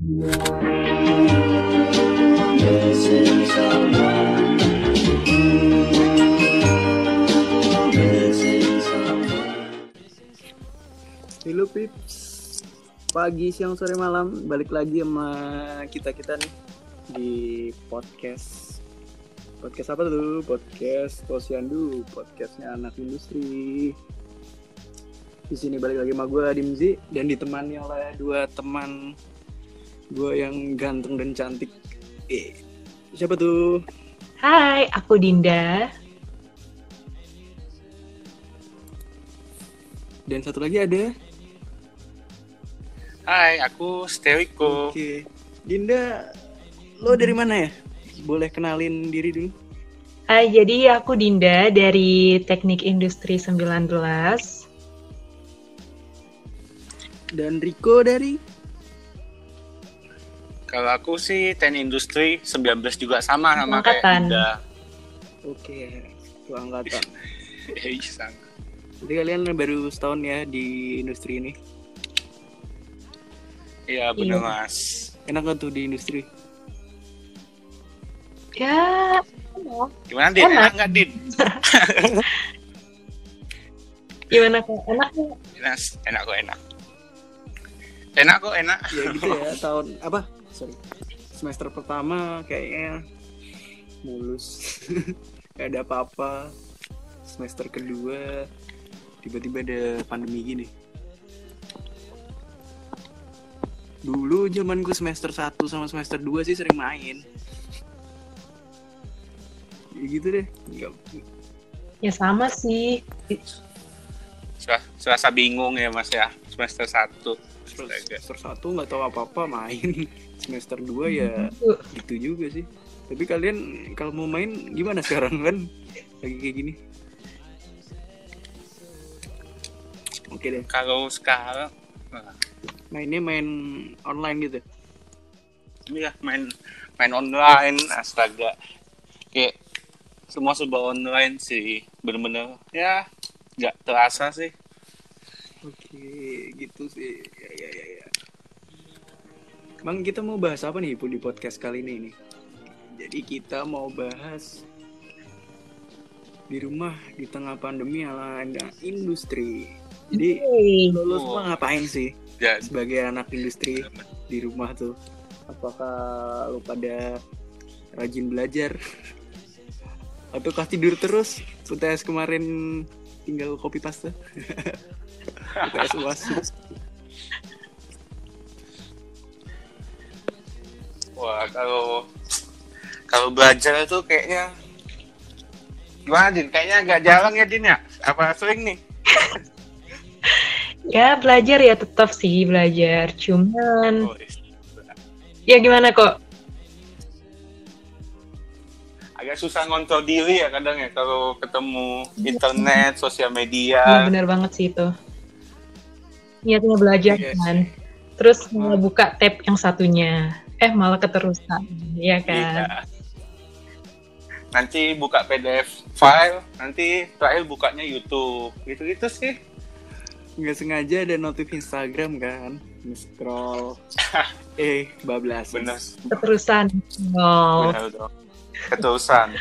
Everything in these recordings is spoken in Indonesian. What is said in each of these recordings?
Halo Pips, pagi, siang, sore, malam, balik lagi sama kita nih di podcast apa tuh? Podcast Posyandu, podcastnya anak industri. Di sini balik lagi sama gue Dimzi dan ditemani oleh dua teman gue yang ganteng dan cantik. Siapa tuh? Hai, aku Dinda. Dan satu lagi ada. Hai, aku Steriko. Oke. Dinda, lo dari mana ya? Boleh kenalin diri dulu. Hai, jadi aku Dinda dari Teknik Industri 19. Dan Riko dari? Kalau aku sih Teknik Industri 19 juga sama kayak Angkatan. Dinda. Oke, itu angkatan. Sama. Jadi kalian baru setahun ya di industri ini. Iya bener Iya. Mas. Enak gak tuh di industri? Ya, Gimana Din? Enak. Enak nggak Din? gimana kok? Enak nggak? Enak kok enak. Enak kok enak. Ya gitu ya, semester pertama kayaknya mulus. Gak ada apa-apa. Semester kedua tiba-tiba ada pandemi gini. Dulu zaman gue semester 1 sama semester 2 sih sering main. Ya gitu deh. Ya sama sih. Serasa bingung ya Mas ya. Semester 1. Semester 1 gak tahu apa-apa main. Semester 2 ya gitu juga sih. Tapi kalian kalau mau main gimana sekarang kan? Lagi kayak gini. Oke deh. Kalau sekarang Mainnya main online gitu. ya main online astaga. Kayak semua serba online sih. Bener-bener ya nggak terasa sih. Oke, gitu sih. Ya. Bang, kita mau bahas apa nih di podcast kali ini? Jadi kita mau bahas di rumah di tengah pandemi ala industri. Jadi lo semua ngapain sih Ya, sebagai anak industri di rumah tuh? Apakah lo pada rajin belajar? Ataukah tidur terus? UTS kemarin tinggal copy paste? UTS UAS. wah kalau belajar itu kayaknya gimana Din? Kayaknya agak jarang ya Din ya? Apa sering nih? Ya belajar ya tetap sih belajar. Cuman Oh, ya gimana kok? agak susah ngontrol diri ya kadang ya kalau ketemu internet, sosial Ya media. benar banget sih itu. Niatnya belajar Yes. kan. Terus malah buka tab yang satunya. Malah keterusan. Iya kan? Iya. Nanti buka PDF file, nanti terakhir bukanya YouTube. Gitu-gitu sih. Nggak sengaja ada notif Instagram kan, nge-scroll. Bablas. Bener. Keterusan. Oh. Bener dong. Keterusan.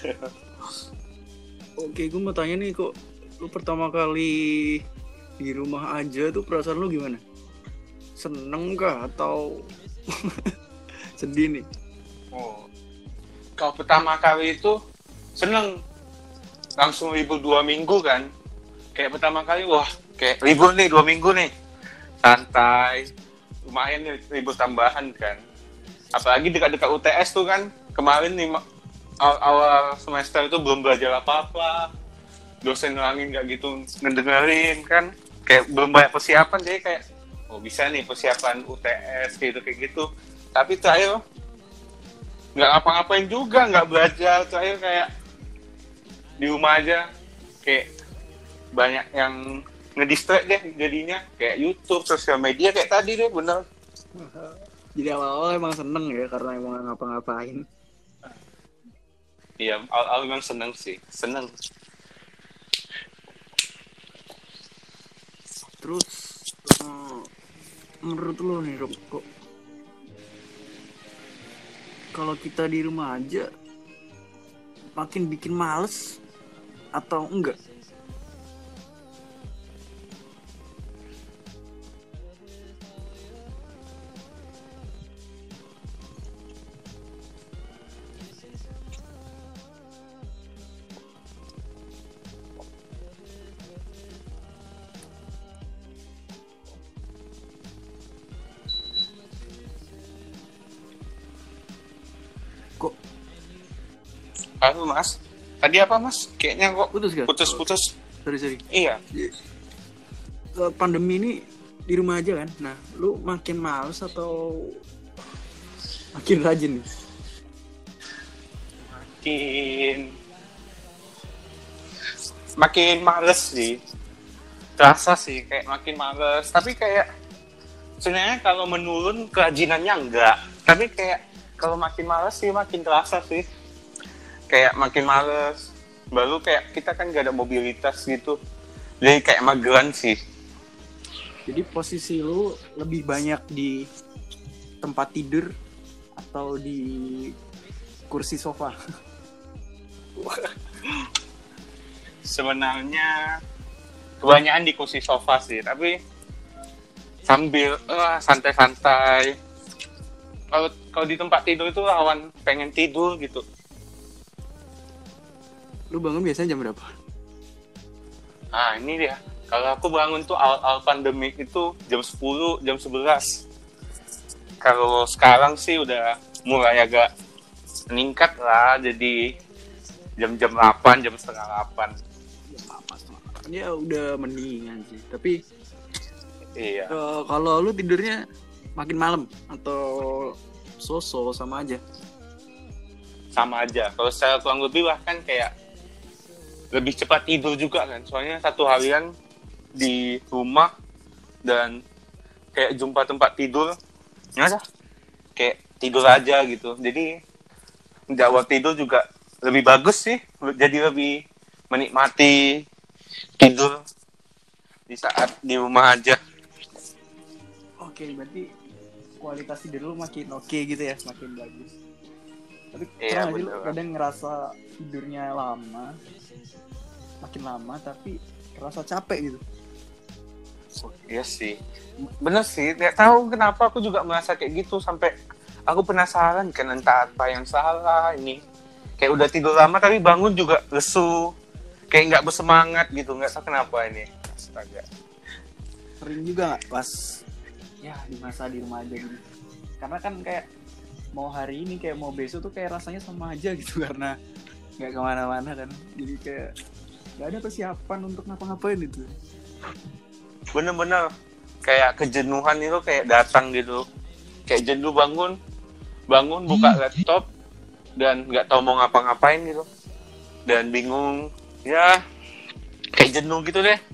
Oke, gue mau tanya nih, kok lu pertama kali di rumah aja tuh perasaan lu gimana? Seneng kah atau sedih nih? Oh. Kalau pertama kali itu seneng, langsung libur 2 minggu kan. Kayak pertama kali, wah kayak libur nih 2 minggu nih, santai, lumayan nih libur tambahan kan. Apalagi dekat-dekat UTS tuh kan, kemarin nih awal semester itu belum belajar apa-apa, dosen nerangin nggak gitu ngedengerin kan, kayak belum banyak persiapan, jadi kayak oh bisa nih persiapan UTS kayak gitu. Tapi terakhir nggak ngapa-ngapain juga, nggak belajar, terakhir kayak di rumah aja, kayak banyak yang ngedistract deh jadinya, kayak YouTube, sosial media kayak tadi deh, bener. Jadi awal-awal emang seneng ya karena emang nggak ngapa-ngapain. Iya, awal memang seneng sih, seneng. Terus menurut lo nih kok kalau kita di rumah aja makin bikin males atau enggak? Kok Halo Mas, tadi apa Mas? Kayaknya kok putus gak? putus-putus. Sorry. Iya. Pandemi ini di rumah aja kan. Nah, lu makin males atau makin rajin nih? Makin males sih. Terasa sih kayak makin males. Tapi kayak sebenarnya kalau menurun kerajinannya enggak. Tapi kayak kalau makin males sih makin terasa sih. Kayak makin males. Baru kayak kita kan gak ada mobilitas gitu. Jadi kayak mageran sih. Jadi posisi lu lebih banyak di tempat tidur atau di kursi sofa? Sebenarnya kebanyakan di kursi sofa sih, tapi sambil santai-santai. Kalau di tempat tidur itu lawan pengen tidur gitu. Lu bangun biasanya jam berapa? Ah, ini dia. Kalau aku bangun tuh awal pandemik itu jam 10, jam 11. Kalau sekarang sih udah mulai agak meningkat lah, jadi jam-jam 8, jam setengah 8. Ya udah mendingan sih. Tapi Iya. kalau lu tidurnya makin malam atau so-so sama aja? Sama aja. Kalau secara kurang lebih bahkan kayak lebih cepat tidur juga kan. Soalnya satu harian di rumah dan kayak jumpa tempat tidur, ya udah kayak tidur aja gitu. Jadi jadwal tidur juga lebih bagus sih. Jadi lebih menikmati tidur di saat di rumah aja. Oke, berarti kualitas tidur lu makin oke gitu ya, makin bagus. Tapi Iya, pernah nggak sih lu bener. kadang ngerasa tidurnya makin lama tapi kerasa capek gitu? Iya sih, bener sih. Nggak tahu kenapa aku juga merasa kayak gitu sampai aku penasaran kan entah apa yang salah ini. Kayak udah tidur lama tapi bangun juga lesu, kayak nggak bersemangat gitu. Nggak tahu kenapa ini. Astaga. Sering juga nggak pas ya di masa di rumah aja gitu? Karena kan kayak mau hari ini kayak mau besok tuh kayak rasanya sama aja gitu karena nggak kemana-mana kan. Jadi kayak nggak ada persiapan untuk ngapa-ngapain itu. Bener-bener kayak kejenuhan itu kayak datang gitu. Kayak jenuh bangun buka laptop dan nggak tahu mau ngapa-ngapain gitu. Dan bingung, ya kayak jenuh gitu deh.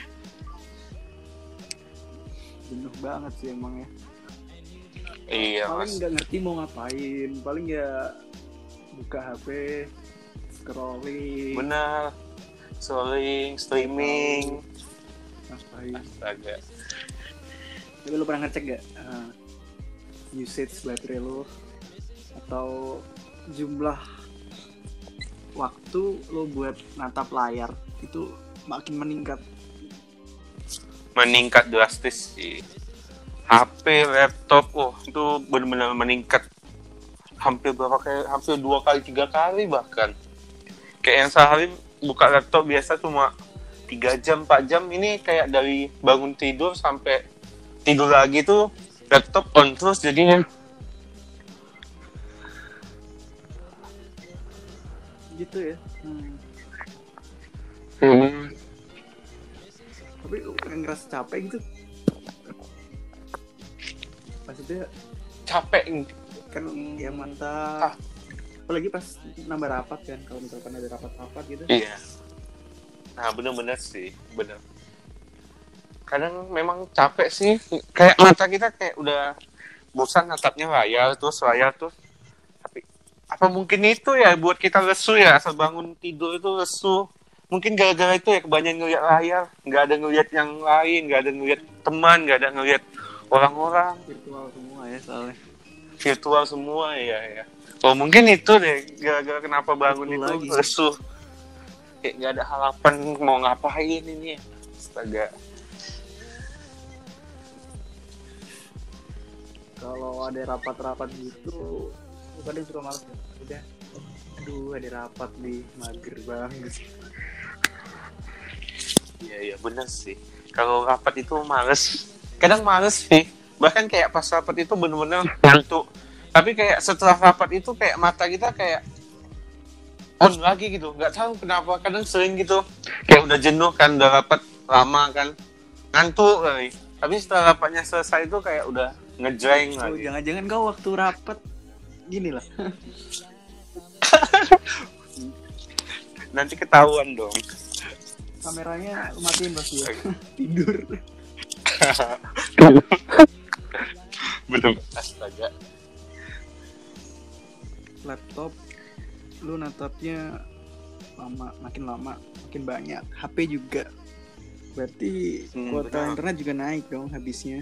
Jenuh banget sih emang ya. Iya Paling mas. nggak ngerti mau ngapain, paling ya buka HP, scrolling, Bener. Streaming. ngapain. Astaga. Tapi lu pernah ngecek gak usage baterai lu atau jumlah waktu lu buat natap layar itu makin meningkat? Meningkat drastis sih. HP, laptop, itu benar-benar meningkat. Hampir 2 kali 3 kali bahkan. Kayak yang sehari buka laptop biasa cuma 3 jam 4 jam, ini kayak dari bangun tidur sampai tidur lagi tuh laptop on terus jadinya. Gitu ya. Tapi lu ngerasa capek gitu? Maksudnya Capek. kan ya mata apalagi pas nambah rapat kan, kalau misalkan ada rapat-rapat gitu. Iya. Nah bener-bener sih, bener. Kadang memang capek sih, kayak mata kita kayak udah bosan natapnya layar terus. Tapi apa mungkin itu ya buat kita lesu ya, asal bangun tidur itu lesu. Mungkin gara-gara itu ya kebanyakan ngeliat layar, nggak ada ngeliat yang lain, nggak ada ngeliat teman, nggak ada ngeliat orang-orang. Virtual semua ya soalnya. virtual semua ya. Oh mungkin itu deh gara-gara kenapa bangun Betul itu lagi. lesu. Kayak nggak ada harapan mau ngapain ini. Astaga. Kalau ada rapat-rapat gitu, gue kadang suka males ya. Udah, aduh ada rapat nih, mager banget. Iya benar sih. Kalau rapat itu males. Kadang males sih. Bahkan kayak pas rapat itu bener-bener ngantuk. Tapi kayak setelah rapat itu kayak mata kita kayak on lagi gitu. Nggak tahu kenapa. Kadang sering gitu. Kayak udah jenuh kan, udah rapat lama kan. Ngantuk kali. Tapi setelah rapatnya selesai itu kayak udah ngejreng Oh, lagi. jangan-jangan kau waktu rapat gini lah. Nanti ketahuan dong. Kameranya lu matiin pasti ya. Tidur. Betul. Astaga. Laptop lu natapnya makin lama makin banyak. HP juga. Berarti kuota benar. internet juga naik dong habisnya.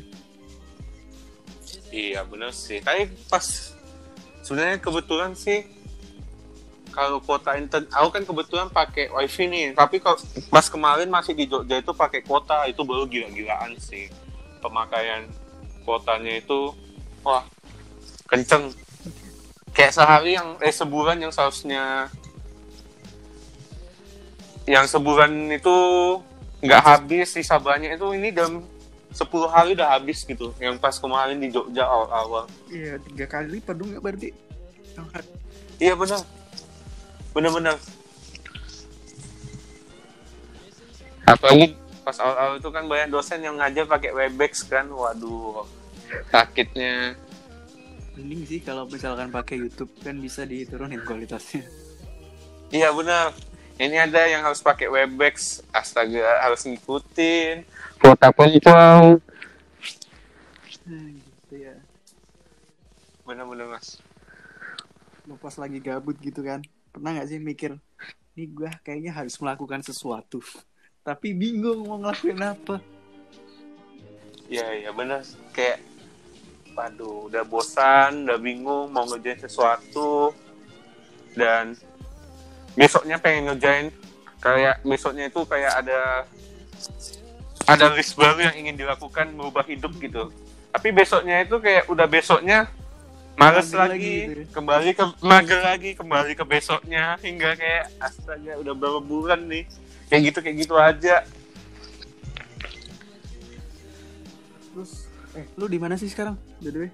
Iya bener sih. Tapi pas sebenarnya kebetulan sih kalau kuota internet, aku kan kebetulan pakai wifi nih. Tapi kalau pas kemarin masih di Jogja itu pakai kuota, itu baru gila-gilaan sih. Pemakaian kuotanya itu wah kenceng. Kayak sehari sebulan yang sebulan itu nggak habis, sisa banyak itu ini dalam 10 hari udah habis gitu. Yang pas kemarin di Jogja awal-awal. Iya, 3 kali lipat dong ya berarti. Iya benar. Benar-benar. Apalagi pas awal-awal itu kan banyak dosen yang ngajar pakai Webex kan. Waduh. Sakitnya. Mending sih kalau misalkan pakai YouTube kan bisa diturunin kualitasnya. Iya benar. Ini ada yang harus pakai Webex. Astaga, harus ngikutin. Kuota kencang. Gitu ya. Benar-benar Mas. Lo pas lagi gabut gitu kan, pernah nggak sih mikir, nih gue kayaknya harus melakukan sesuatu, tapi bingung mau ngelakuin apa. Iya benar. Kayak waduh, udah bosan, udah bingung mau ngerjain sesuatu. Dan besoknya pengen ngerjain, kayak besoknya itu kayak ada list baru yang ingin dilakukan, merubah hidup gitu. Tapi besoknya itu kayak udah besoknya males Mager lagi gitu ya. kembali ke mager lagi, kembali ke besoknya, hingga kayak astaga udah berapa bulan nih kayak gitu aja. Terus lu di mana sih sekarang by the way?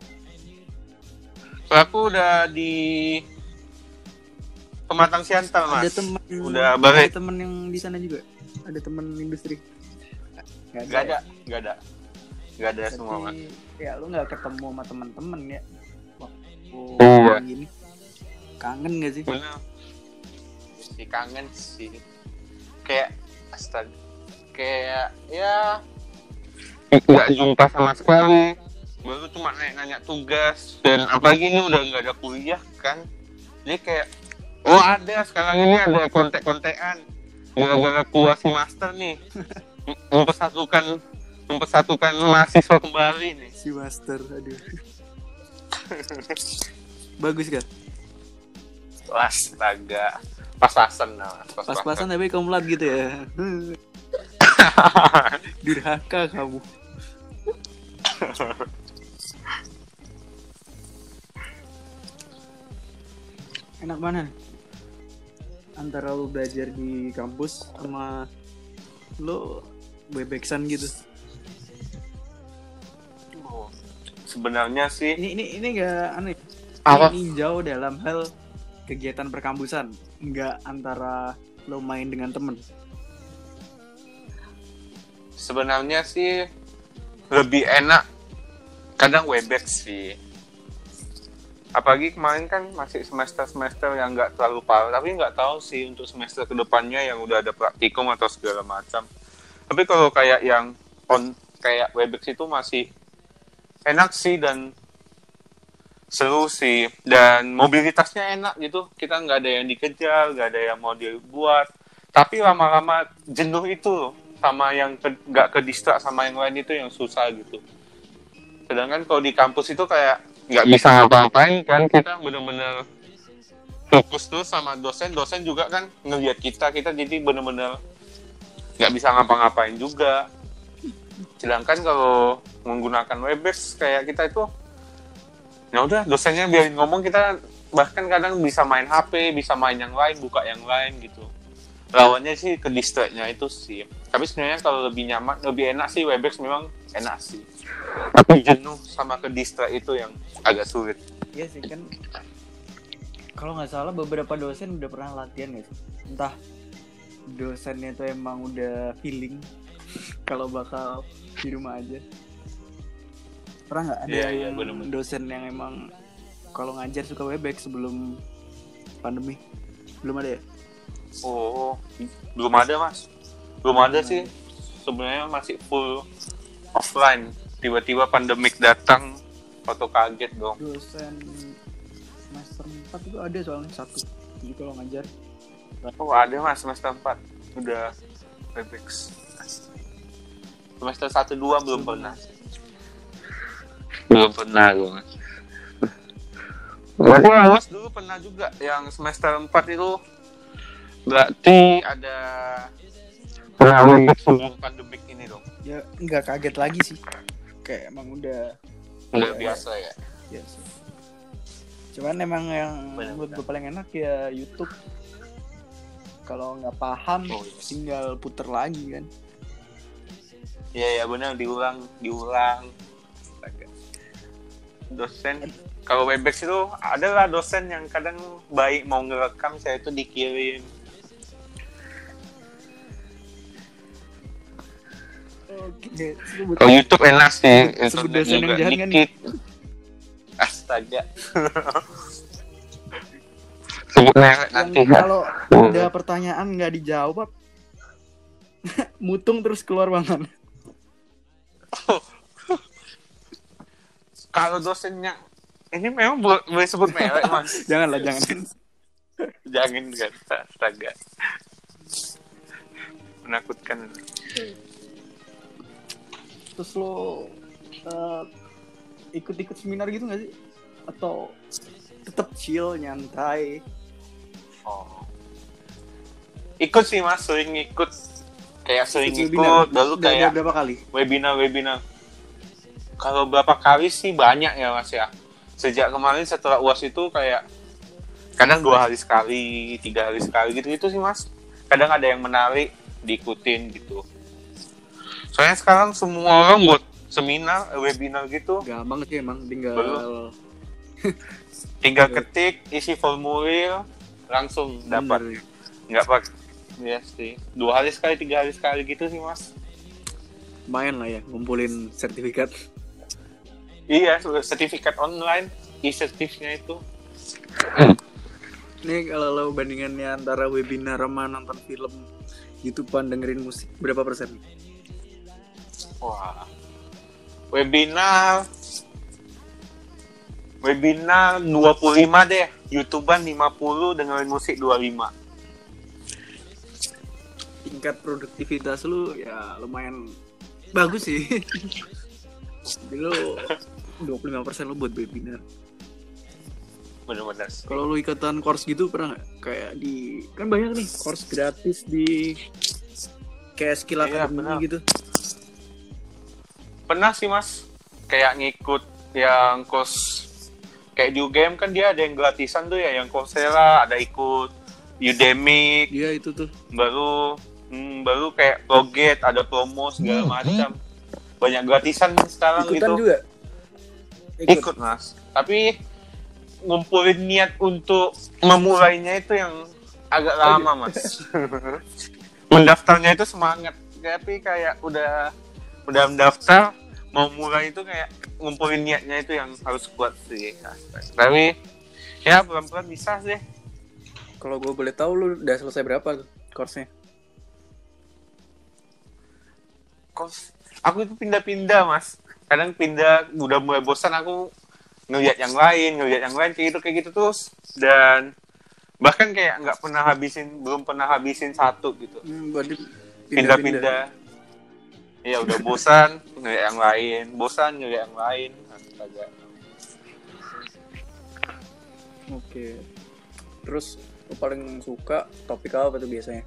Aku udah di Pematang Siantar Mas. Ada teman Udah balik. Ada teman yang di sana juga, ada teman industri? Gak ada Berarti, semua Mas. ya lu nggak ketemu sama teman-teman ya waktu Iya. gini. Kangen gak sih? Bener sih, kangen sih. Kayak astaga, kayak ya nggak jumpa sama sekali. Baru cuma nanya tugas, dan apalagi ini udah nggak ada kuliah kan. Jadi kayak ada sekarang ini ada kontek-kontekan gara-gara keluar si master nih. mempersatukan mahasiswa kembali nih. Si master, aduh. Bagus kan? Astaga, pas-pasan nah, Pas-pasan tapi komlat gitu ya. Durhaka kamu. Enak mana nih? Antara lu belajar di kampus sama lu Webexan gitu. Sebenarnya sih Ini enggak aneh. apa? Ini jauh dalam hal kegiatan perkampusan, enggak antara lo main dengan temen. Sebenarnya sih lebih enak kadang Webex sih. Apalagi kemarin kan masih semester yang nggak terlalu parah, tapi nggak tahu sih untuk semester kedepannya yang udah ada praktikum atau segala macam. Tapi kalau kayak yang kayak Webex itu masih enak sih dan seru sih, dan mobilitasnya enak gitu. Kita nggak ada yang dikejar, nggak ada yang mau dibuat. Tapi lama-lama jenuh itu sama yang nggak ke distrak sama yang lain itu yang susah gitu. Sedangkan kalau di kampus itu kayak nggak bisa ngapa-ngapain kan, kita bener-bener fokus tuh sama dosen juga kan ngeliat kita jadi bener-bener nggak bisa ngapa-ngapain juga. Sedangkan kalau menggunakan Webex kayak kita itu ya udah dosennya biarin ngomong, kita bahkan kadang bisa main HP, bisa main yang lain, buka yang lain gitu. Lawannya sih ke distract-nya itu sih. Tapi sebenarnya kalau lebih nyaman, lebih enak sih Webex, memang enak sih. Tapi jenuh sama ke distract itu yang agak sulit. Iya sih kan. Kalau nggak salah beberapa dosen udah pernah latihan nggak sih? Entah dosennya tuh emang udah feeling kalau bakal di rumah aja. Pernah nggak ada yang bener-bener. dosen yang emang kalau ngajar suka Webex sebelum pandemi? Belum ada ya? Oh, belum ada mas. Belum ada sih. Sebenarnya masih full offline. Tiba-tiba pandemik datang, foto kaget dong. Dosen semester 4 itu ada soalnya satu. Jadi kalau ngajar. Oh ada mas, semester 4 udah Webex. Semester 1-2 belum pernah. Belum pernah gue mas. Mas dulu pernah juga yang semester 4 itu. Berarti ada Webex sebelum pandemik ini dong. Ya nggak kaget lagi sih. Kayak emang udah biasa ya. biasa. Cuman emang yang Benar-benar. menurut gue paling enak ya YouTube. Kalau nggak paham tinggal puter lagi kan. Iya benar, diulang. Dosen kalau Webex itu adalah dosen yang kadang baik mau ngerekam, saya itu dikirim. Oke, sebut Kalau YouTube enak sih, sebut internet dosen juga yang jahat kan? dikit. Astaga. Sebut merek nanti yang ya. kalau ada pertanyaan nggak dijawab, mutung terus keluar banget. Kalau dosennya ini memang boleh sebut merek mas. Janganlah, jangan. Jangan kan, astaga. Menakutkan. Terus lo ikut-ikut seminar gitu nggak sih? Atau tetap chill, nyantai? Oh. Ikut sih mas, sering ikut. Kayak sering Ikut ikut, webinar? lalu Udah kayak berapa kali? webinar. Kalau berapa kali sih banyak ya mas ya. Sejak kemarin setelah UAS itu kayak kadang 2 hari sekali, 3 hari sekali gitu sih mas. Kadang ada yang menarik, diikutin gitu. Soalnya sekarang semua orang buat seminar, webinar gitu. Gampang sih emang, tinggal Tinggal ketik, isi formulir, langsung dapat. Nggak pakai. Ya sih. 2 hari sekali, 3 hari sekali gitu sih mas. Lumayan lah ya, ngumpulin sertifikat. Iya, sertifikat online, e-sertifnya itu. Nih kalau lo bandingannya antara webinar sama nonton film, YouTubean, dengerin musik, berapa persen? Wah. Webinar 25 deh, YouTubean 50, dengerin musik 25. Tingkat produktivitas lu ya lumayan bagus sih. Jadi lu 25% lu buat webinar. Bener-bener. Kalau lu ikutan course gitu pernah nggak? Kayak di kan banyak nih course gratis di kayak skill academy gitu. Pernah sih mas, kayak ngikut yang course kayak di UGM kan dia ada yang gratisan tuh ya, yang Coursera, ada ikut Udemy. Iya itu tuh. Baru kayak Progate, ada promo segala macam. Banyak gratisan sekarang. Ikutan gitu. juga? Ikut mas. Tapi ngumpulin niat untuk memulainya itu yang agak lama mas. Mendaftarnya itu semangat, tapi kayak udah mendaftar, mau mulai itu kayak ngumpulin niatnya itu yang harus kuat sih. Tapi ya pelan-pelan bisa sih. Kalau gue boleh tahu lu udah selesai berapa tuh course-nya? Aku itu pindah-pindah mas. Kadang pindah, udah mulai bosan aku ngeliat yang lain kayak gitu terus. Dan bahkan kayak belum pernah habisin satu gitu. Berarti Pindah-pindah. Ya udah bosan ngeliat yang lain, Astaga. Oke. Terus lo paling suka topik apa tuh biasanya?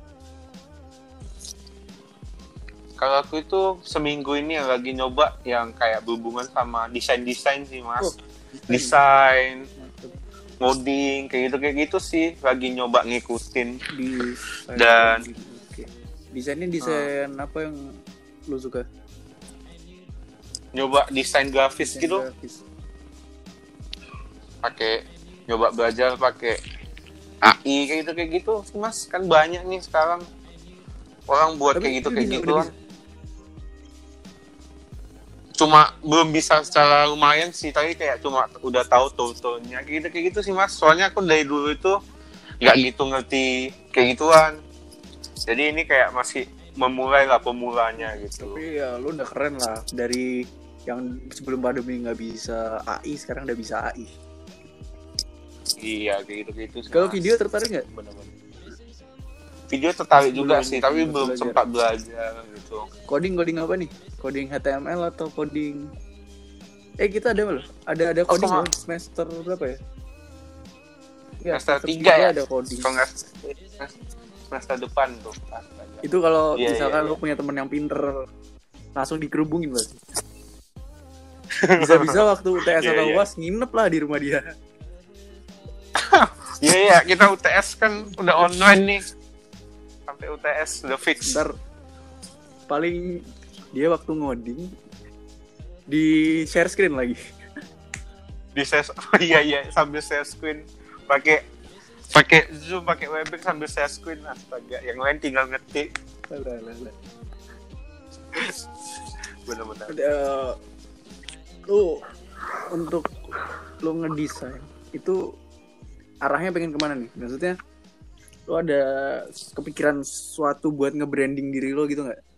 Kalau aku itu seminggu ini lagi nyoba yang kayak berhubungan sama desain sih mas. Desain, ngoding, kayak gitu sih. Lagi nyoba ngikutin. Dan oke. Desainnya desain apa yang lo suka? Nyoba desain grafis gitu. Nyoba belajar pakai AI kayak gitu sih mas. Kan banyak nih sekarang orang buat kayak gitu kan. Cuma belum bisa secara lumayan sih, tapi kayak cuma udah tahu tool-toolnya kayak gitu sih mas. Soalnya aku dari dulu itu nggak gitu ngerti kayak gituan. Jadi ini kayak masih memulai lah pemulanya gitu. Tapi ya lu udah keren lah, dari yang sebelum pandemi nggak bisa AI sekarang udah bisa AI. Iya kayak gitu sih. Kalau video tertarik nggak? Bener-bener. Video tertarik juga sih, tapi belum sempat belajar gitu. Coding apa nih? Coding HTML atau coding? Kita ada loh. Ada coding loh, semester berapa ya? Semester 3 ya? Ada coding. Semester depan tuh. Itu kalau misalkan lu punya teman yang pinter, langsung dikerubungin loh. Bisa-bisa waktu UTS atau UAS nginep lah di rumah dia. Iya, kita UTS kan udah online nih. Sampai UTS udah fix. Ntar paling dia waktu ngoding di share screen lagi. Iya sambil share screen pakai Zoom, pakai Webex sambil share screen. Astaga, yang lain tinggal ngetik. Benar-benar. Lu untuk lu ngedesain itu arahnya pengen kemana nih? Maksudnya lo ada kepikiran sesuatu buat nge-branding diri lo gitu nggak?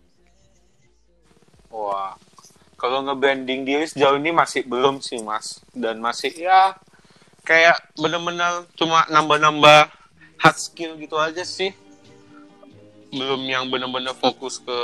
Wah, kalau nge-branding diri sejauh ini masih belum sih mas. Dan masih ya kayak bener-bener cuma nambah-nambah hard skill gitu aja sih. Belum yang bener-bener fokus ke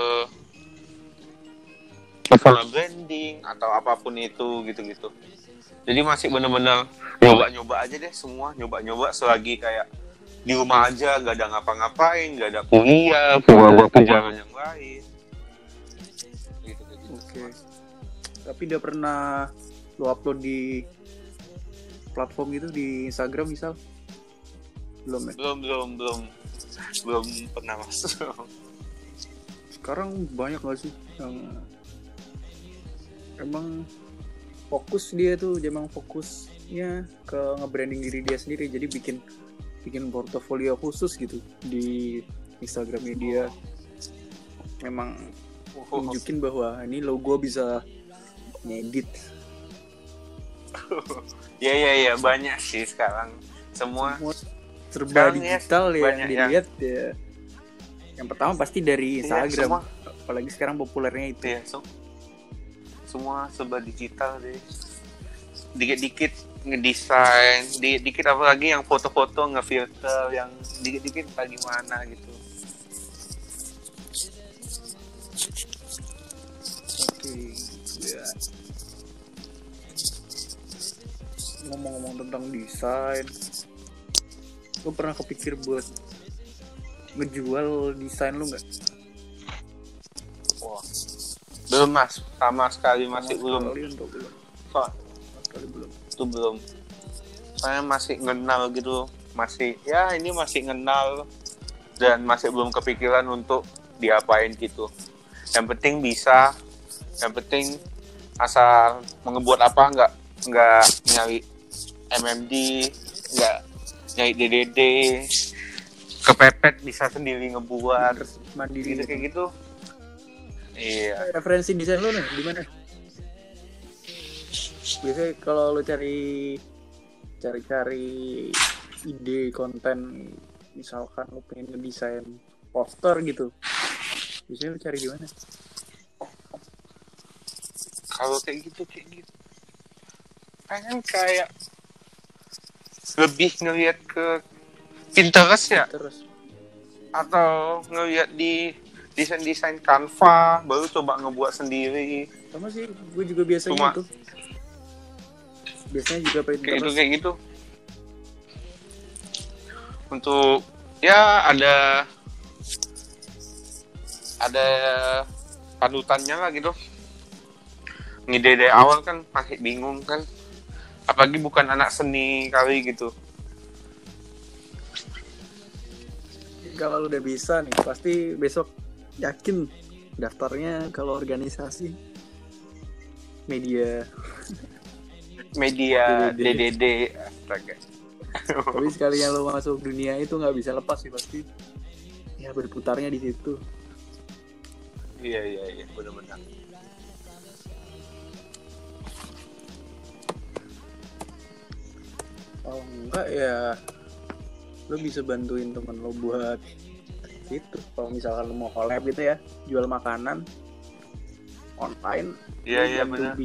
personal branding atau apapun itu gitu-gitu. Jadi masih bener-bener nyoba-nyoba aja deh semua. Nyoba-nyoba selagi kayak di rumah aja, gak ada ngapa-ngapain, gak ada kuliah, buat kerjaan yang lain. Gitu. Oke. Tapi udah pernah lo upload di platform gitu, di Instagram misal? Belum ya? Belum pernah mas. Sekarang banyak gak sih yang emang fokus dia tuh, emang fokusnya ke nge-branding diri dia sendiri, jadi bikin portofolio khusus gitu di Instagramnya dia. Memang nunjukin bahwa ini logo bisa ngedit. Iya banyak sih sekarang. Semua serba digital ya, yang dilihat ya. Yang pertama pasti dari Instagram. Apalagi sekarang populernya itu. Iya, semua serba digital deh. Dikit-dikit ngedesain, dikit apalagi yang foto-foto ngefilter, yang dikit-dikit bagaimana gitu. Oke, ya. Ngomong-ngomong tentang desain, lu pernah kepikir buat ngejual desain lu nggak? Wah, belum mas, sama sekali masih belum. Itu belum. Saya masih ngenal gitu, masih ngenal dan masih belum kepikiran untuk diapain gitu. Yang penting bisa, yang penting asal mengebuat apa nggak nyari MMD, nggak nyari DDD, kepepet bisa sendiri ngebuat, mandiri gitu, kayak gitu. Iya. Referensi desain lu nih di mana? Biasanya kalau lo cari ide konten, misalkan lo pengen ngedesain poster gitu, biasanya lo cari di mana? Kalau kayak gitu pengen kayak lebih ngelihat ke Pinterest ya, atau ngelihat di desain Canva, baru coba ngebuat sendiri. Sama sih, gue juga biasanya biasanya juga pengen kayak gitu. untuk ya ada panutannya lah gitu. Ngide dari awal kan masih bingung kan, apalagi bukan anak seni kali gitu. Kalau udah bisa nih, pasti besok yakin daftarnya kalau organisasi media DDD. Astaga. Tapi sekalinya lo masuk dunia itu nggak bisa lepas sih pasti. Ya berputarnya di situ. Iya benar-benar. Oh enggak ya, lo bisa bantuin temen lo buat itu. Kalau misalkan lo mau collab gitu ya, jual makanan online. Iya benar.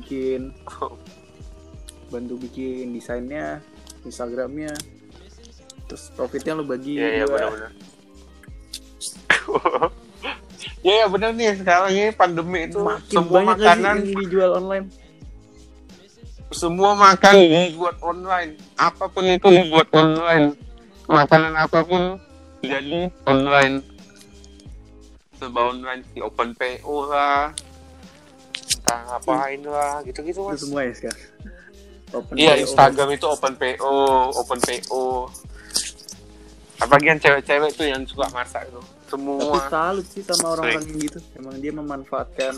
Bantu bikin desainnya, Instagramnya, terus profitnya lo bagi. Iya benar-benar. Iya benar nih, sekarang ini pandemi itu makin semua banyak makanan yang dijual online. Semua makan dibuat online, apapun itu dibuat online, makanan apapun jadi online, serba online, di Open PO lah, entah ngapain lah, gitu-gitu mas. Itu semua ya sekarang. Iya, Instagram itu Open PO. Apalagi yang cewek-cewek tuh yang suka masak itu, semua. Tapi salut sih sama orang-orang yang gitu, emang dia memanfaatkan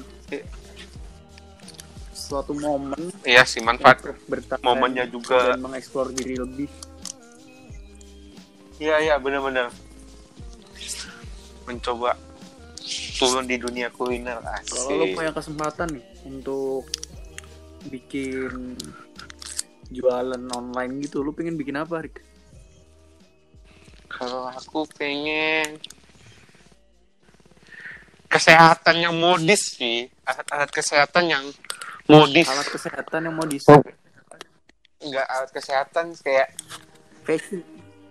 suatu momen. Iya sih, manfaat bertahan momennya juga dan mengeksplor diri lebih. Iya benar-benar mencoba turun di dunia kuliner. Kalau lo punya kesempatan nih untuk bikin jualan online gitu, lo pengen bikin apa, Rik? Kalau aku pengen kesehatan yang modis sih, alat kesehatan yang modis. Alat kesehatan yang modis. Enggak alat kesehatan kayak fashion.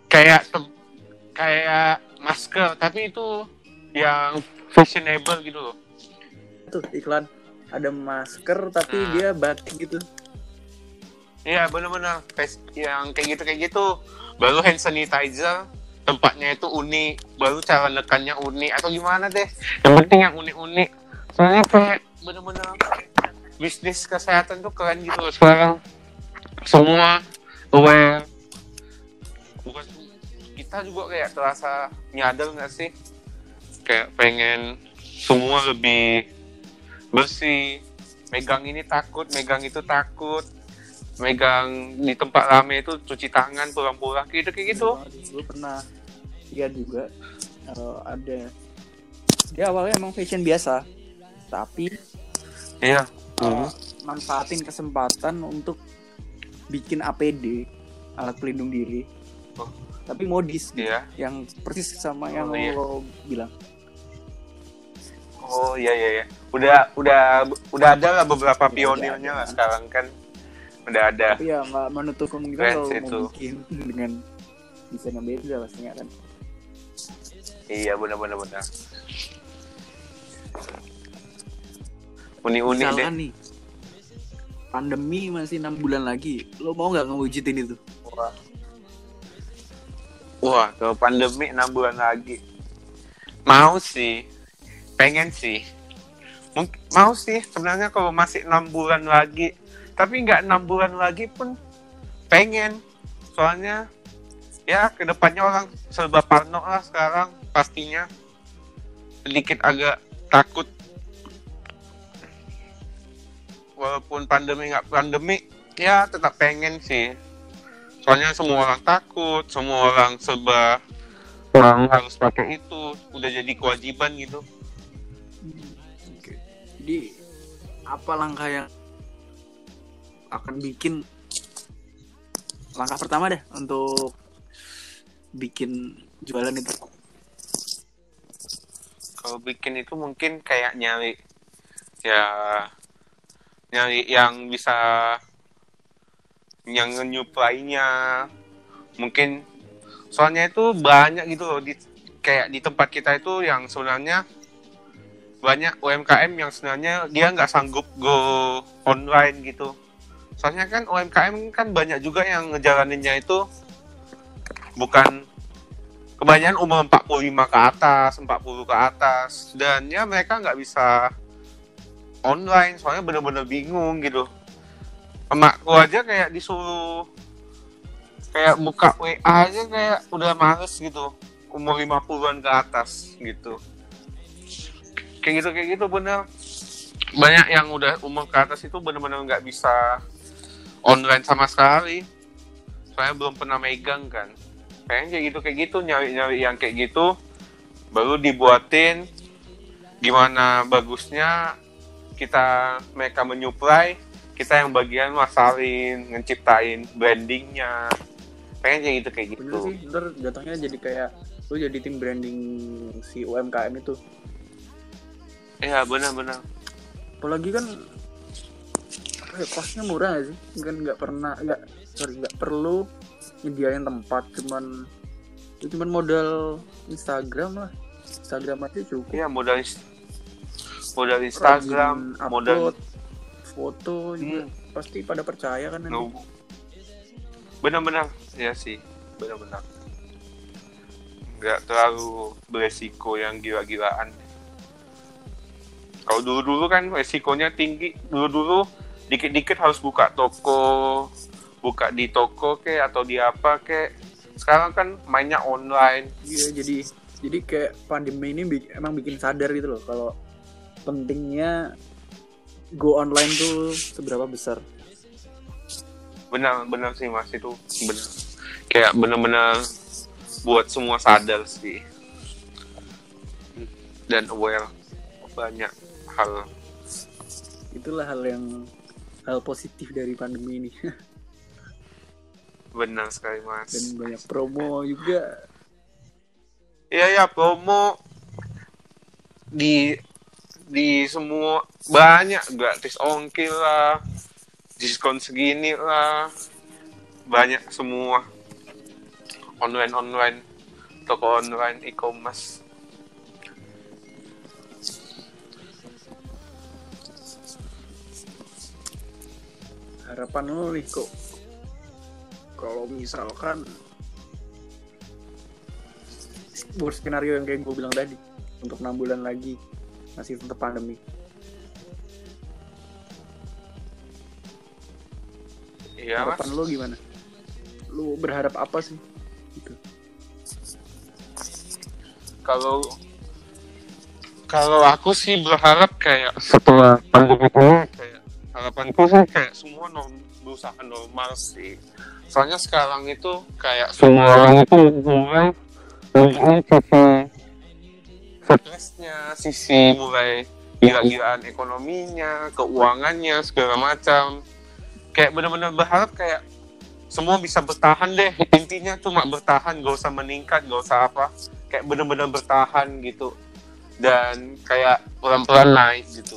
Kayak masker, tapi itu yang fashionable gitu loh. Tuh iklan ada masker tapi dia batik gitu. Iya benar-benar yang kayak gitu. Baru hand sanitizer tempatnya itu unik, baru cara nekannya unik atau gimana deh. Yang penting yang unik-unik. Soalnya kayak benar-benar bisnis kesehatan tuh keren gitu loh sekarang. Semua aware. Bukan kita juga kayak terasa nyadar nggak sih? Kayak pengen semua lebih bersih. Megang ini takut, megang itu takut. Megang di tempat rame itu cuci tangan pulang-pulang gitu kayak gitu. Gue pernah lihat juga ada dia awalnya emang fashion biasa, tapi iya. Manfaatin kesempatan untuk bikin APD, alat pelindung diri, tapi modis gitu, yang persis sama yang lo bilang. Oh iya. Udah ada lah beberapa pionirnya lah sekarang kan. Udah ada. Tapi ya nggak menutup kemungkinan kalau mau bikin dengan desain yang beda pastinya kan. Iya benar. Uni-uni deh. Misalkan nih, pandemi masih 6 bulan lagi, lo mau nggak ngewujudin itu? Wah, kalau pandemi 6 bulan lagi, mau sih, pengen sih, mau sih sebenarnya kalau masih 6 bulan lagi, tapi nggak 6 bulan lagi pun pengen, soalnya ya kedepannya orang serba parno lah sekarang pastinya, sedikit agak takut. Walaupun pandemi nggak pandemi, ya tetap pengen sih. Soalnya semua orang takut, semua orang serba orang harus pakai itu, udah jadi kewajiban gitu. Oke. Jadi apa langkah yang akan bikin langkah pertama deh untuk bikin jualan itu? Kalau bikin itu mungkin kayak nyari yang bisa yang nyuplainya mungkin, soalnya itu banyak gitu loh kayak di tempat kita itu yang sebenarnya banyak UMKM yang sebenarnya dia nggak sanggup go online gitu. Soalnya kan UMKM kan banyak juga yang ngejalaninnya itu bukan kebanyakan umur 45 ke atas, 40 ke atas, dan ya mereka nggak bisa online soalnya bener-bener bingung gitu. Emakku aja kayak disuruh kayak buka WA aja kayak udah males gitu, umur 50-an ke atas gitu. Kayak gitu bener. Banyak yang udah umur ke atas itu bener-bener nggak bisa online sama sekali. Soalnya belum pernah megang kan. Kayaknya kayak gitu nyari yang kayak gitu baru dibuatin gimana bagusnya mereka menyuplai, kita yang bagian masalin, ngeciptain brandingnya. Pengen kayak gitu. Bener sih, ntar jatuhnya jadi kayak lu jadi tim branding si UMKM itu. Iya benar. Apalagi kan kosnya murah gak sih? Kan nggak perlu nyediain tempat, cuman modal Instagram lah. Instagram aja cukup. Iya modal Instagram, modal foto juga pasti pada percaya kan nanti. Benar ya sih, benar. Nggak terlalu beresiko yang gila-gilaan. Kalau dulu kan resikonya tinggi. Dulu dikit-dikit harus buka di toko atau di apa Sekarang kan mainnya online. Iya, jadi kayak pandemi ini emang bikin sadar gitu loh kalau pentingnya go online tuh seberapa besar. Benar sih Mas, itu benar. Kayak benar-benar buat semua sadar sih. Dan aware banyak hal. Itulah hal positif dari pandemi ini. Benar sekali Mas. Dan banyak promo juga. Iya promo di semua banyak, gratis ongkir lah, diskon segini lah, banyak semua online toko online e-commerce. Harapan lo nih kok kalau misalkan worst skenario yang kayak gue bilang tadi, untuk 6 bulan lagi masih tetap pandemi, iya, harapan lo gimana? Lo berharap apa sih? Gitu. Kalau aku sih berharap kayak setelah pandemi ini kayak harapanku sih kayak semua berusaha normal sih. Soalnya sekarang itu kayak semua orang itu mulai sisi stresnya, sisi mulai gila-gilaan ekonominya, keuangannya, segala macam. Kayak benar-benar berharap kayak semua bisa bertahan deh. Intinya cuma bertahan, gak usah meningkat, gak usah apa. Kayak benar-benar bertahan gitu. Dan kayak pelan-pelan naik gitu.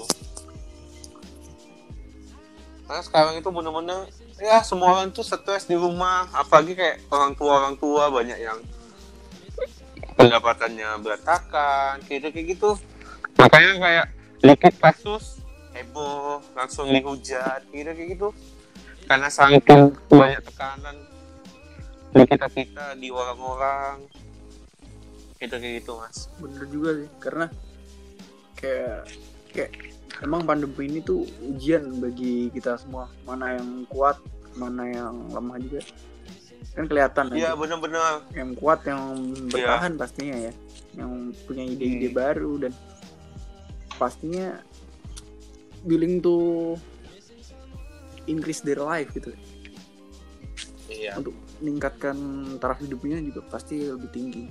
Karena sekarang itu benar-benar ya semua orang tuh stres di rumah. Apalagi kayak orang tua banyak yang pendapatannya berantakan, kayak gitu. Makanya kayak dikit kasus heboh, langsung dihujat, kayak gitu. Karena saking banyak tekanan di kita di orang-orang, kayak gitu Mas. Bener juga sih, karena kayak emang pandemi ini tuh ujian bagi kita semua, mana yang kuat, mana yang lemah juga. Kan kelihatan Iya benar-benar yang kuat yang bertahan pastinya ya, yang punya ide-ide baru dan pastinya willing to increase their life gitu. Iya. Untuk meningkatkan taraf hidupnya juga pasti lebih tinggi.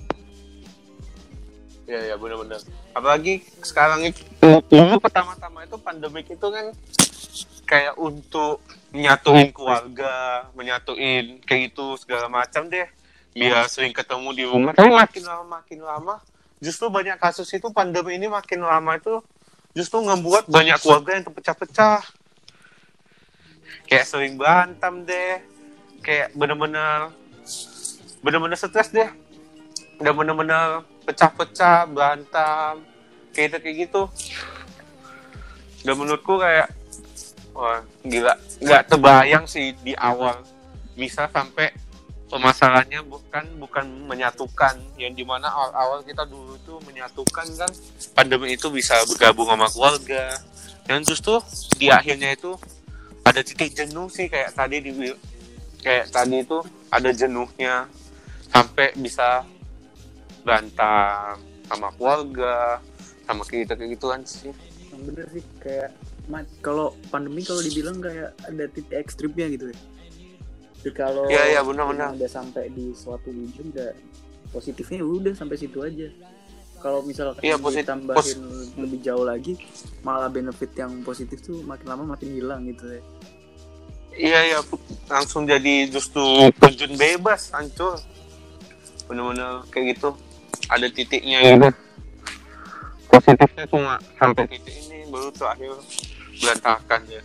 Iya benar-benar. Apalagi sekarang itu dulu pertama-tama itu pandemik itu kan kayak untuk menyatuin keluarga, menyatuin kayak gitu segala macam deh, biar sering ketemu di rumah. Tapi makin lama justru banyak kasus itu pandemi ini makin lama itu justru ngebuat banyak keluarga yang terpecah-pecah. Kayak sering berantem deh, kayak bener-bener stres deh, udah bener-bener pecah-pecah, berantem, kayak gitu. Dan menurutku kayak wah gila, nggak terbayang sih di awal bisa sampai masalahnya bukan menyatukan, yang dimana awal kita dulu tuh menyatukan kan, pandemi itu bisa bergabung sama keluarga, dan justru di akhirnya itu ada titik jenuh sih, kayak tadi itu ada jenuhnya sampai bisa berantem sama keluarga, sama kita kayak gitu kan sih. Bener sih, kayak kalau pandemi kalau dibilang kayak ada titik ekstrimnya gitu ya. Jadi kalau Iya benar-benar udah sampai di suatu ujung, udah positifnya udah sampai situ aja. Kalau misalkan ditambahin lebih jauh lagi, malah benefit yang positif tuh makin lama makin hilang gitu ya. Iya langsung jadi justru terjun bebas, hancur. Bener-bener kayak gitu. Ada titiknya gitu. Positifnya cuma sampai titik ini, baru tuh akhir berantakan ya.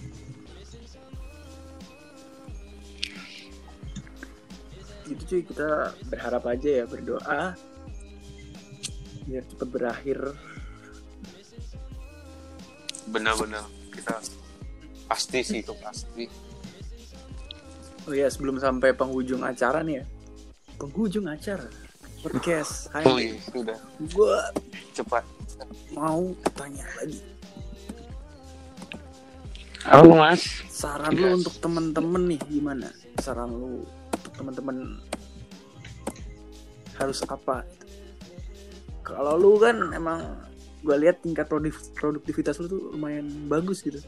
Gitu cuy, kita berharap aja ya, berdoa biar cepat berakhir. Benar-benar kita pasti sih, itu pasti. Oh ya, sebelum sampai penghujung acara nih ya, penghujung acara podcast. Oh iya, sudah. Gue Cepat. mau tanya lagi. Halo Mas. Saran lu untuk temen-temen nih gimana? Saran lu untuk temen-temen harus apa? Kalau lu kan emang gue lihat tingkat produktivitas lu tuh lumayan bagus gitu.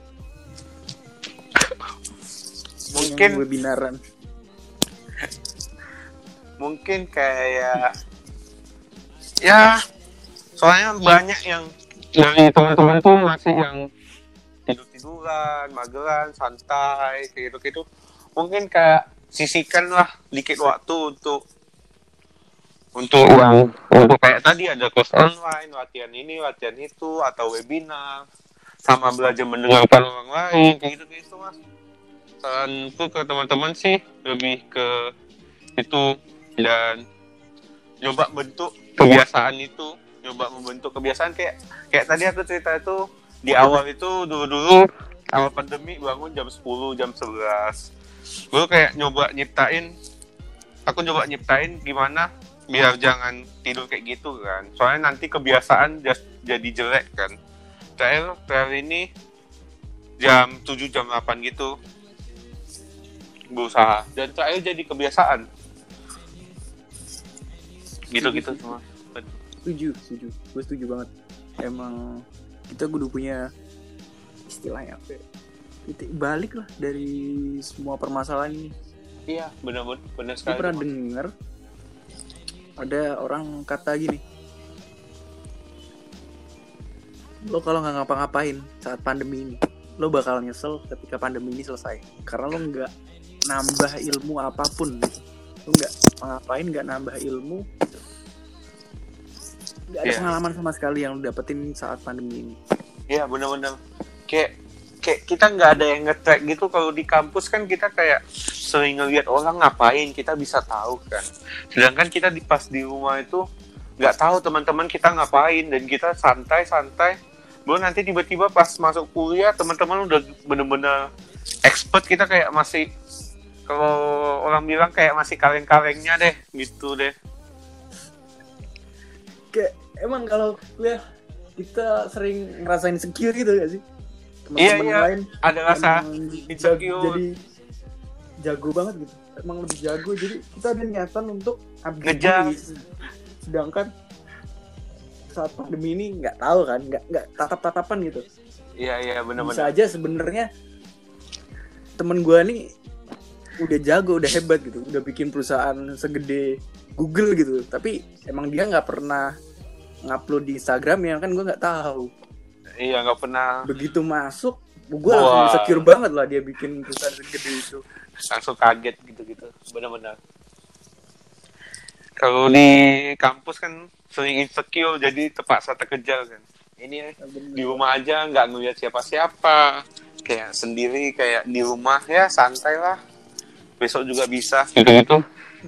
Mungkin webinaran. Mungkin kayak ya, soalnya banyak yang dari teman-teman tuh masih yang tidur-tiduran, mageran, santai kayak gitu. Mungkin kayak sisihkan lah dikit waktu untuk kayak tadi ada kelas online, latihan ini, latihan itu, atau webinar, sama belajar mendengarkan orang lain kayak gitu Mas. Saranku ke teman-teman sih lebih ke itu, dan nyoba membentuk kebiasaan kayak tadi aku cerita itu di awal itu dulu awal pandemi bangun jam 10, jam 11. Gue kayak nyoba nyiptain gimana biar jangan tidur kayak gitu kan. Soalnya nanti kebiasaan jadi jelek kan. Terakhir ini jam 7, jam 8 gitu berusaha, dan terakhir jadi kebiasaan. Gitu semua. Setuju, gue setuju banget. Emang kita kudu punya istilahnya apa ya, titik balik lah dari semua permasalahan ini. Iya, benar sekali. Gue pernah denger ada orang kata gini, lo kalau nggak ngapa-ngapain saat pandemi ini, lo bakal nyesel ketika pandemi ini selesai, karena lo nggak nambah ilmu apapun. Lo nggak ngapain, nggak nambah ilmu, nggak ada pengalaman sama sekali yang lo dapetin saat pandemi ini. Iya, benar-benar kayak kita nggak ada yang nge-track gitu. Kalau di kampus kan kita kayak sering ngeliat orang ngapain, kita bisa tahu kan. Sedangkan kita pas di rumah itu nggak tahu teman-teman kita ngapain, dan kita santai. Baru nanti tiba-tiba pas masuk kuliah teman-teman udah bener-bener expert, kita kayak masih, kalau orang bilang kayak masih kaleng-kalengnya deh gitu deh. Kayak emang kalau kuliah kita sering ngerasain insecure gitu gak sih? Teman-teman lain ada rasa insecure, jadi jago banget gitu, emang lebih jago, jadi kita ada niatan untuk ngejar. Sedangkan saat pandemi ini nggak tahu kan, nggak tatap-tatapan gitu. Iya benar-benar. Bisa aja sebenarnya temen gue nih udah jago, udah hebat gitu, udah bikin perusahaan segede Google gitu, tapi emang dia nggak pernah ngupload di Instagram ya kan, gue nggak tahu. Iya, nggak pernah. Begitu masuk, gue langsung insecure banget lah, dia bikin perusahaan segede itu. Langsung kaget gitu. Benar-benar. Kalau di kampus kan sering insecure, jadi terpaksa terkejar kan. Ini di rumah aja nggak ngeliat siapa-siapa, kayak sendiri, kayak di rumah ya santai lah. Besok juga bisa gitu.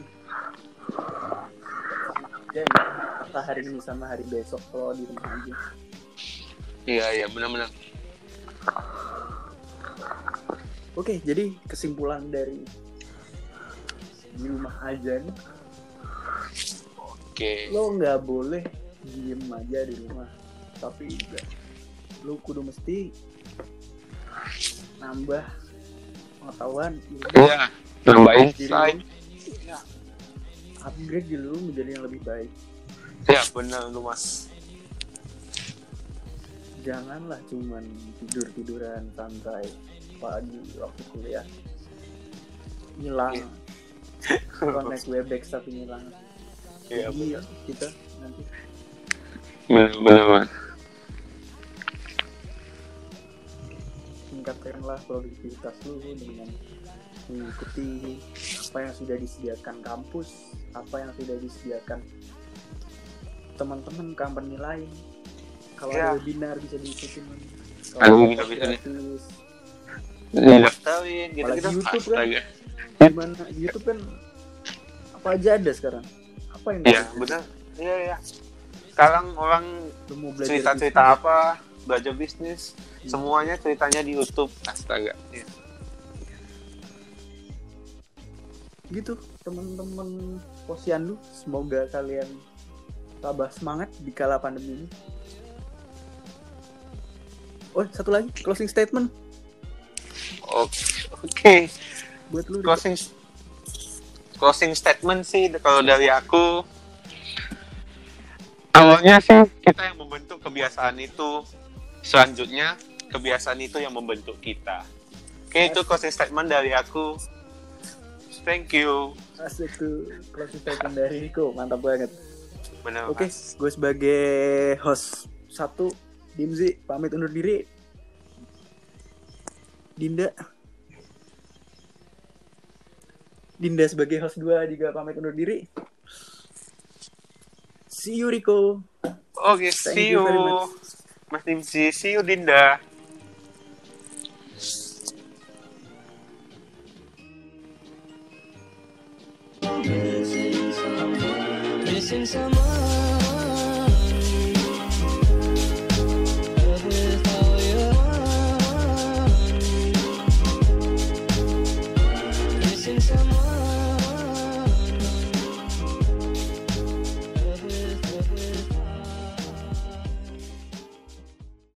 Ya, entah hari ini sama hari besok kalau di rumah aja. Iya benar-benar. Oke, jadi kesimpulan dari di rumah aja nih. Oke. Lo nggak boleh diem aja di rumah, tapi juga lo kudu mesti nambah pengetahuan, Iya, nambahin diri insight. lo, upgrade diri lo menjadi yang lebih baik. Ya benar lu Mas. Janganlah cuman tiduran santai pagi waktu kuliah, hilang connect webex tapi hilang. Iya Jadi kita nanti benar. tingkatkanlah produktivitas lu dengan mengikuti apa yang sudah disediakan kampus, apa yang sudah disediakan teman-teman company lain. Kalau Ya. ada webinar bisa diikutin. Ada Kalau webinar ada bisa gratis. Daftarin gitu-gitu. Apalagi YouTube kan. Astaga. Gimana YouTube kan apa aja ada sekarang. Apa yang Iya benar. Iya. Sekarang orang lu mau belajar cerita-cerita bisnis, apa, belajar bisnis, semuanya ceritanya di YouTube. Astaga. Iya. gitu teman-teman Posyandu, semoga kalian tambah semangat di kala pandemi ini. Oh, satu lagi closing statement Oke. buat lu. Closing statement sih kalau dari aku, awalnya sih kita yang membentuk kebiasaan itu, selanjutnya kebiasaan itu yang membentuk kita. Oke, itu closing statement dari aku. Thank you. Asik tuh closing statement dari Riko, mantap banget. Benar. Oke, gue sebagai host 1 Dimzi pamit undur diri. Dinda sebagai host 2 juga pamit undur diri. See you Riko. Oke, Thank see you you. very much. Mas Dimsi, see you Dinda. Missing someone